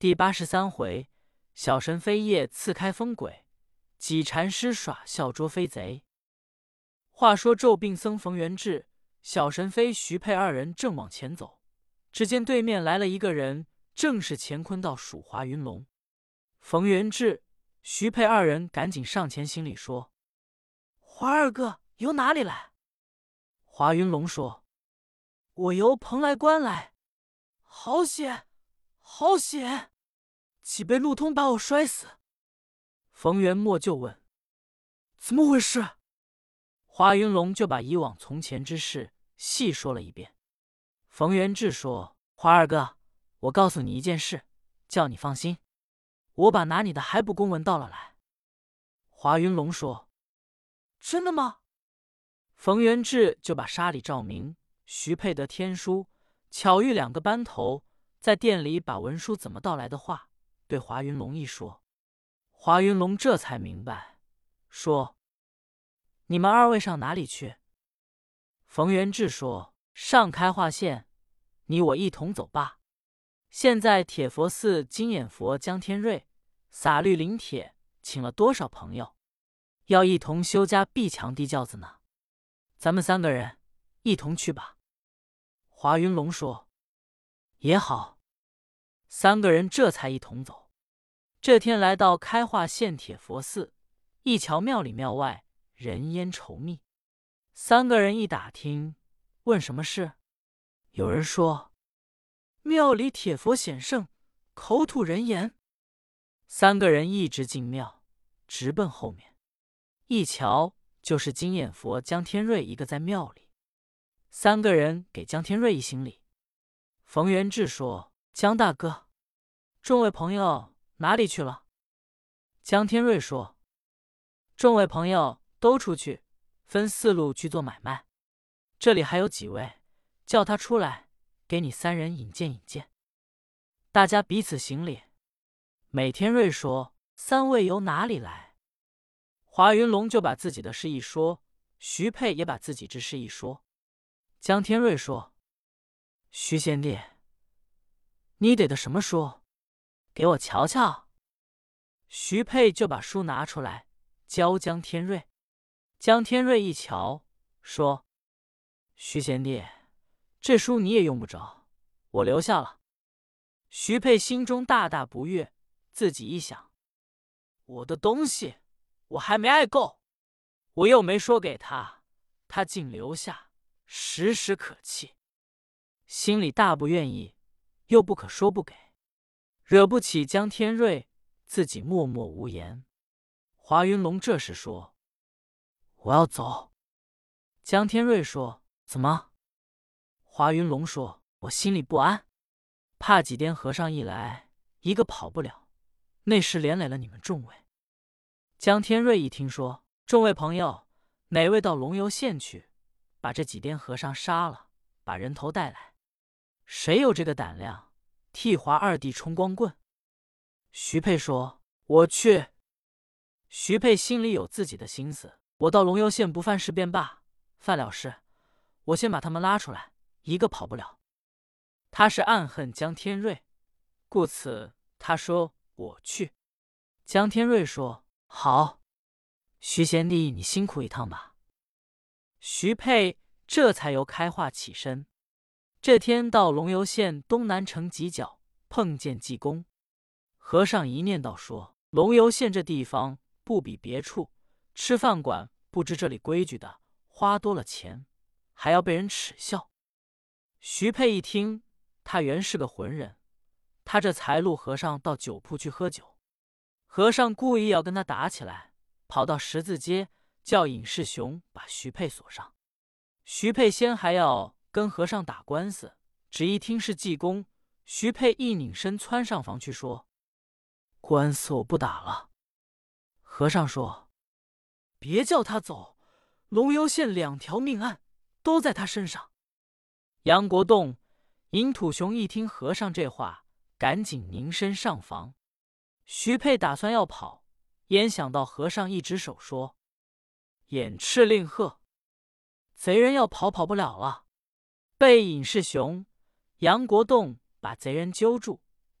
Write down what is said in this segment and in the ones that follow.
第83回，小神飞夜刺开疯鬼，几禅师耍笑捉飞贼。话说纣病僧冯元志、小神飞徐沛二人正往前走，只见对面来了一个人，正是乾坤道蜀华云龙。冯元志、徐沛二人赶紧上前行礼说：“华二哥由哪里来？”华云龙说：“我由蓬莱关来。”好险，好险！岂被路通把我摔死？冯元默就问：“怎么回事？”华云龙就把以往从前之事细说了一遍。冯元志说：“华二哥，我告诉你一件事，叫你放心，我把拿你的还不公文盗了来。”华云龙说：“真的吗？”冯元志就把沙里照明、徐沛得天书、巧遇两个班头，在店里把文书怎么盗来的话对华云龙一说。华云龙这才明白，说：“你们二位上哪里去？”冯元志说：“上开化县，你我一同走罢。现在铁佛寺金眼佛江天瑞撒绿临帖，请了多少朋友，要一同修家壁墙地轿子呢？咱们3个人一同去吧。”华云龙说：“也好。”3个人这才一同走。这天来到开化县铁佛寺，一瞧庙里庙外人烟稠密。3个人一打听，问什么事？有人说：“庙里铁佛显圣，口吐人言。”3个人一直进庙，直奔后面，一瞧就是金眼佛江天瑞一个在庙里。3个人给江天瑞一行礼。冯元志说：“江大哥，众位朋友哪里去了？”江天瑞说：“众位朋友都出去，分4路去做买卖。这里还有几位，叫他出来，给你3人引荐引荐。”大家彼此行礼。美天瑞说：“3位由哪里来？”华云龙就把自己的事一说，徐沛也把自己之事一说。江天瑞说：“徐贤弟，你得的什么书？给我瞧瞧。”徐沛就把书拿出来，教江天瑞。江天瑞一瞧，说：“徐贤弟，这书你也用不着，我留下了。”徐沛心中大大不悦，自己一想：我的东西我还没爱够，我又没说给他，他竟留下，时时可气。心里大不愿意，又不可说不给，惹不起江天瑞，自己默默无言。华云龙这时说：“我要走。”江天瑞说：“怎么？”华云龙说：“我心里不安，怕几颠和尚一来，一个跑不了，那时连累了你们众位。”江天瑞一听说：“众位朋友，哪位到龙游县去，把这几颠和尚杀了，把人头带来？谁有这个胆量替华二弟冲光棍？”徐沛说：“我去。”徐沛心里有自己的心思，我到龙游县不犯事便罢，犯了事，我先把他们拉出来，一个跑不了。他是暗恨江天瑞，故此他说：“我去。”江天瑞说：“好，徐贤弟你辛苦一趟吧。”徐沛这才由开化起身。这天到龙游县东南城犄角，碰见济公。和尚一念道说：“龙游县这地方不比别处，吃饭馆不知这里规矩的，花多了钱，还要被人耻笑。”徐沛一听，他原是个浑人，他这财路和尚到酒铺去喝酒，和尚故意要跟他打起来，跑到十字街，叫尹世雄把徐沛锁上。徐沛先还要跟和尚打官司，只一听是济公，徐沛一拧身窜上房去说：“官司我不打了。”和尚说：“别叫他走，龙游县2条命案都在他身上。”杨国栋、尹土雄一听和尚这话，赶紧拧身上房。徐沛打算要跑，焉想到和尚一指手说：“眼赤令鹤。”贼人要跑，跑不了了，被尹世雄、杨国栋把贼人揪住，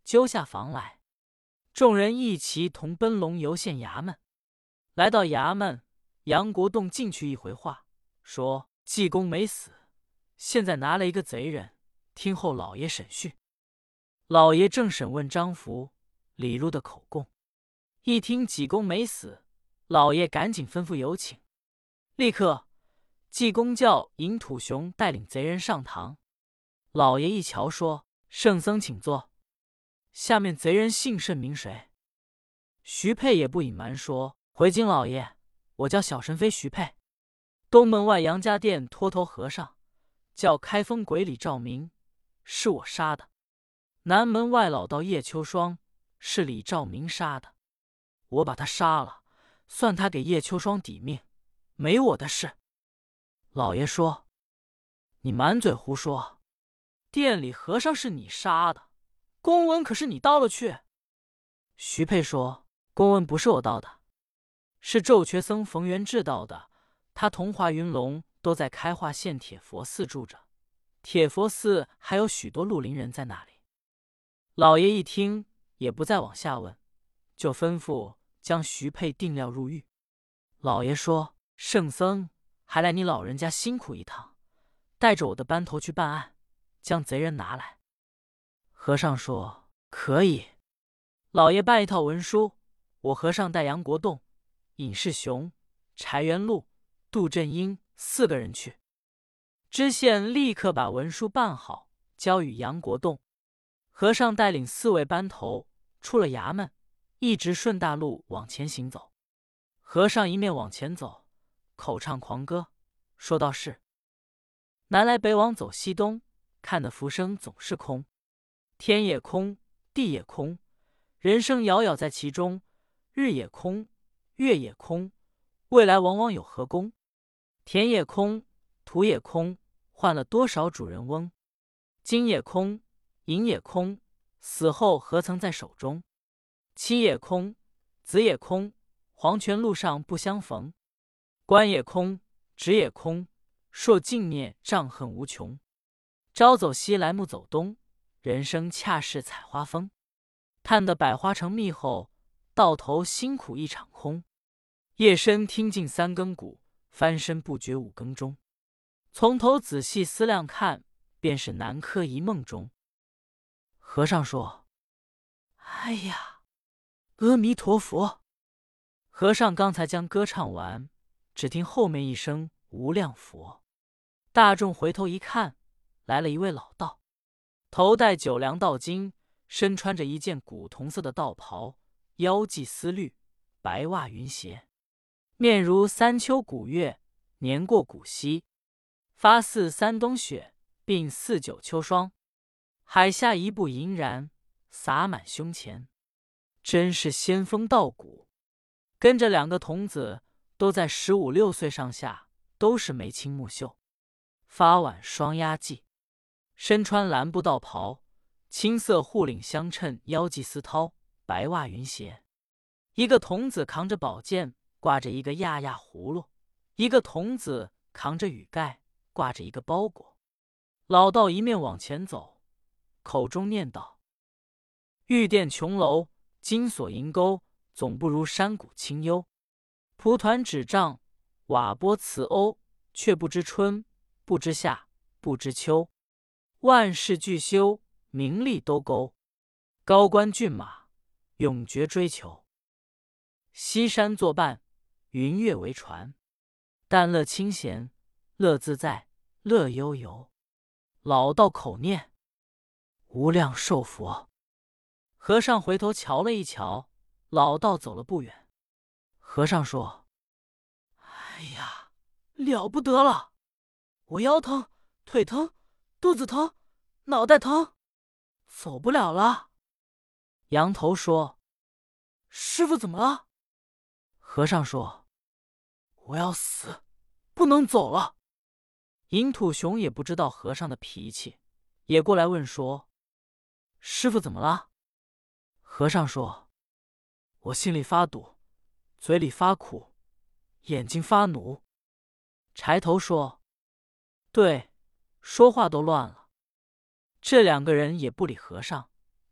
揪下房来。众人一齐同奔龙游县衙门。来到衙门，杨国栋进去一回话，说济公没死，现在拿了一个贼人，听候老爷审讯。老爷正审问张福、李禄的口供，一听济公没死，老爷赶紧吩咐有请。立刻，济公叫尹土雄带领贼人上堂。老爷一瞧，说：“圣僧请坐。下面贼人姓甚名谁？”徐沛也不隐瞒说：“回京老爷，我叫小神飞徐沛，东门外杨家店托头和尚叫开封鬼李兆明，是我杀的。南门外老道叶秋霜是李兆明杀的，我把他杀了，算他给叶秋霜抵命，没我的事。”老爷说：“你满嘴胡说，店里和尚是你杀的，公文可是你盗了去。”徐沛说：“公文不是我盗的，是咒瘸僧冯元志盗的。他同华云龙都在开化县铁佛寺住着，铁佛寺还有许多绿林人在那里。”老爷一听，也不再往下问，就吩咐将徐沛定料入狱。老爷说：“圣僧还来你老人家辛苦一趟，带着我的班头去办案，将贼人拿来。”和尚说：“可以。”老爷办一套文书，我和尚带杨国栋、尹世雄、柴元禄、杜振英4个人去。知县立刻把文书办好，交与杨国栋。和尚带领4位班头出了衙门，一直顺大路往前行走。和尚一面往前走，口唱狂歌，说道是：“南来北往走西东，看得浮生总是空。天也空，地也空，人生杳杳在其中。日也空，月也空，未来往往有何功？田也空，土也空，换了多少主人翁？金也空，银也空，死后何曾在手中？妻也空，子也空，黄泉路上不相逢。官也空，职也空，若尽灭障恨无穷。朝走西来暮走东，人生恰是采花风。叹得百花成蜜后，到头辛苦一场空。夜深听尽3更鼓，翻身不觉5更钟。从头仔细思量看，便是南柯一梦中。”和尚说：“哎呀，阿弥陀佛。”和尚刚才将歌唱完，只听后面一声无量佛。大众回头一看，来了一位老道，头戴9梁道巾，身穿着一件古铜色的道袍，腰系丝绿，白袜云鞋，面如3秋古月，年过古稀，发似3冬雪，鬓似9秋霜。海下一步银然，洒满胸前，真是仙风道骨。跟着2个童子，都在15、16岁上下，都是眉清目秀，发挽双压髻，身穿蓝布道袍，青色护领相衬，腰系丝绦，白袜云鞋。一个童子扛着宝剑，挂着一个压压葫芦；一个童子扛着雨盖，挂着一个包裹。老道一面往前走，口中念道：“玉殿琼楼，金锁银钩，总不如山谷清幽。蒲团纸帐，瓦钵瓷瓯，却不知春，不知夏，不知秋。万事俱休，名利都勾。高官骏马，永绝追求。西山作伴，云月为船。但乐清闲，乐自在，乐悠悠。”老道口念：“无量寿佛。”和尚回头瞧了一瞧，老道走了不远。和尚说：“哎呀，了不得了！我腰疼、腿疼、肚子疼、脑袋疼，走不了了。”羊头说：“师傅怎么了？”和尚说：“我要死，不能走了。”尹土雄也不知道和尚的脾气，也过来问说：“师傅怎么了？”和尚说：“我心里发堵，嘴里发苦，眼睛发怒。”柴头说：“对，说话都乱了。”这2个人也不理和尚，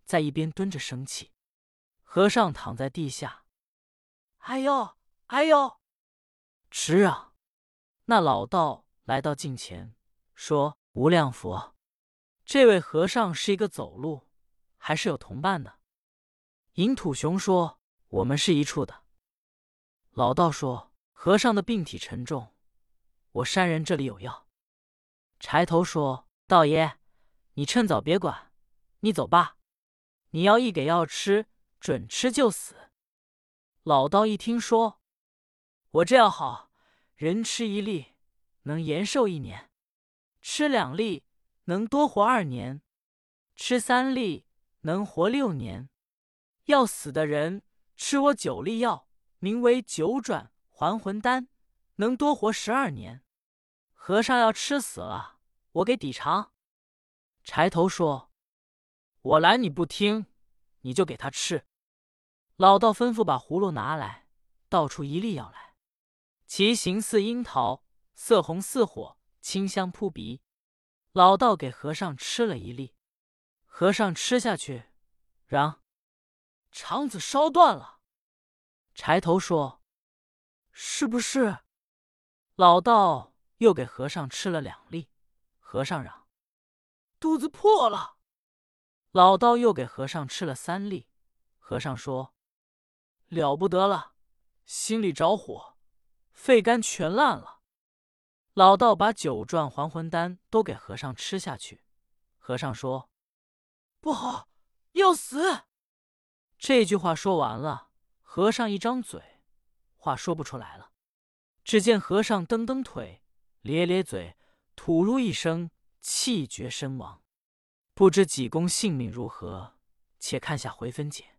在一边蹲着生气。和尚躺在地下，哎呦哎呦，直嚷。那老道来到近前，说：“无量佛，这位和尚是一个走路，还是有同伴的？”银土熊说：“我们是一处的。”老道说：“和尚的病体沉重，我山人这里有药。”柴头说：“道爷，你趁早别管，你走吧。你要一给药吃，准吃就死。”老道一听说：“我这药好，人吃1粒能延寿1年，吃2粒能多活2年，吃3粒能活6年。要死的人吃我9粒药，名为九转还魂丹，能多活12年。和尚要吃死了，我给抵偿。”柴头说：“我拦你不听，你就给他吃。”老道吩咐把葫芦拿来，倒出1粒药来，其形似樱桃，色红似火，清香扑鼻。老道给和尚吃了1粒，和尚吃下去，嚷：“肠子烧断了。”柴头说：“是不是？”老道又给和尚吃了2粒，和尚嚷：“肚子破了。”老道又给和尚吃了3粒，和尚说：“了不得了，心里着火，肺肝全烂了。”老道把9转还魂丹都给和尚吃下去，和尚说：“不好，要死。”这句话说完了，和尚一张嘴，话说不出来了。只见和尚蹬蹬腿，咧咧嘴，吐入一声，气绝身亡。不知济公性命如何，且看下回分解。